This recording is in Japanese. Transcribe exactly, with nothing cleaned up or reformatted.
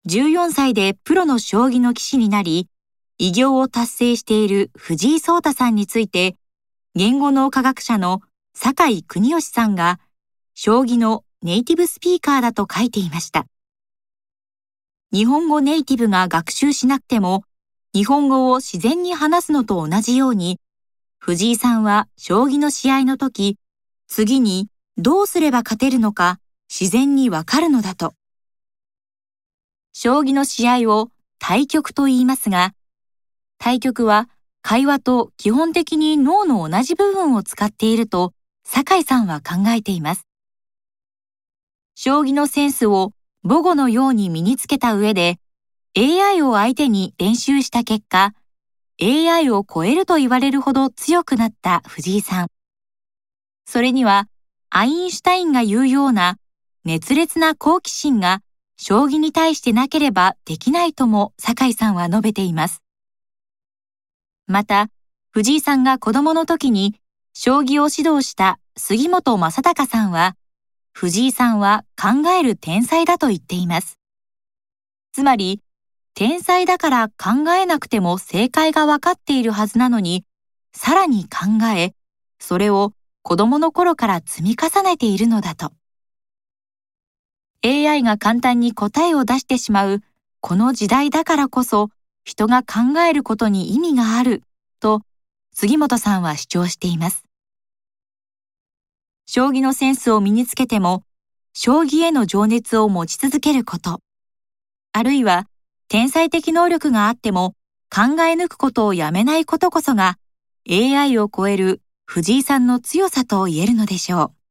じゅうよんさいでプロの将棋の棋士になり、偉業を達成している藤井聡太さんについて、言語脳科学者の酒井邦義さんが、将棋のネイティブスピーカーだと書いていました。日本語ネイティブが学習しなくても、日本語を自然に話すのと同じように、藤井さんは将棋の試合の時、次にどうすれば勝てるのか自然にわかるのだと。将棋の試合を対局と言いますが、対局は会話と基本的に脳の同じ部分を使っていると酒井さんは考えています。将棋のセンスを母語のように身につけた上で、エーアイ を相手に練習した結果、エーアイ を超えると言われるほど強くなった藤井さん。それには、アインシュタインが言うような熱烈な好奇心が将棋に対してなければできないとも酒井さんは述べています。また、藤井さんが子供の時に将棋を指導した杉本昌隆さんは、藤井さんは考える天才だと言っています。つまり、天才だから考えなくても正解がわかっているはずなのに、さらに考え、それを子供の頃から積み重ねているのだと。エーアイ が簡単に答えを出してしまう、この時代だからこそ、人が考えることに意味がある、と、杉本さんは主張しています。将棋のセンスを身につけても、将棋への情熱を持ち続けること、あるいは天才的能力があっても考え抜くことをやめないことこそが エーアイ を超える藤井さんの強さと言えるのでしょう。